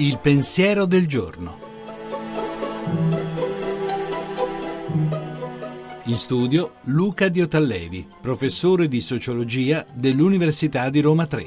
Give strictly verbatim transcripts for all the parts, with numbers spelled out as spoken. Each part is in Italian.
Il pensiero del giorno. In studio Luca Diotallevi, professore di sociologia dell'Università di Roma tre.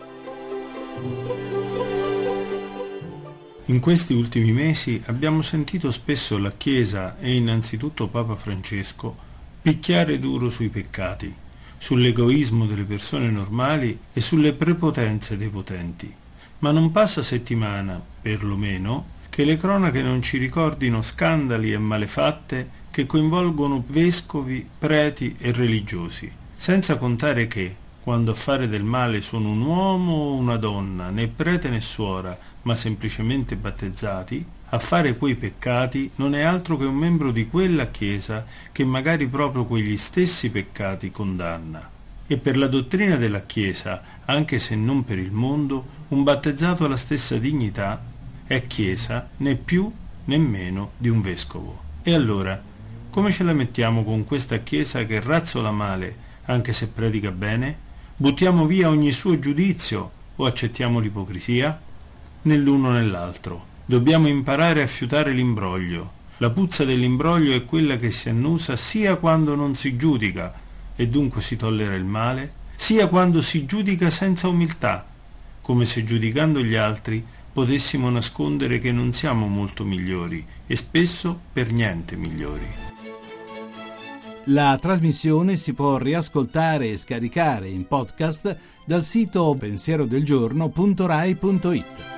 In questi ultimi mesi abbiamo sentito spesso la Chiesa e innanzitutto Papa Francesco picchiare duro sui peccati, sull'egoismo delle persone normali e sulle prepotenze dei potenti. Ma non passa settimana, perlomeno, che le cronache non ci ricordino scandali e malefatte che coinvolgono vescovi, preti e religiosi, senza contare che, quando a fare del male sono un uomo o una donna, né prete né suora, ma semplicemente battezzati, a fare quei peccati non è altro che un membro di quella Chiesa che magari proprio quegli stessi peccati condanna. E per la dottrina della Chiesa, anche se non per il mondo, un battezzato ha la stessa dignità, è Chiesa né più né meno di un vescovo. E allora, come ce la mettiamo con questa Chiesa che razzola male, anche se predica bene? Buttiamo via ogni suo giudizio o accettiamo l'ipocrisia? Né l'uno né l'altro. Dobbiamo imparare a fiutare l'imbroglio. La puzza dell'imbroglio è quella che si annusa sia quando non si giudica e dunque si tollera il male, sia quando si giudica senza umiltà, come se giudicando gli altri potessimo nascondere che non siamo molto migliori e spesso per niente migliori. La trasmissione si può riascoltare e scaricare in podcast dal sito pensierodelgiorno punto rai punto it.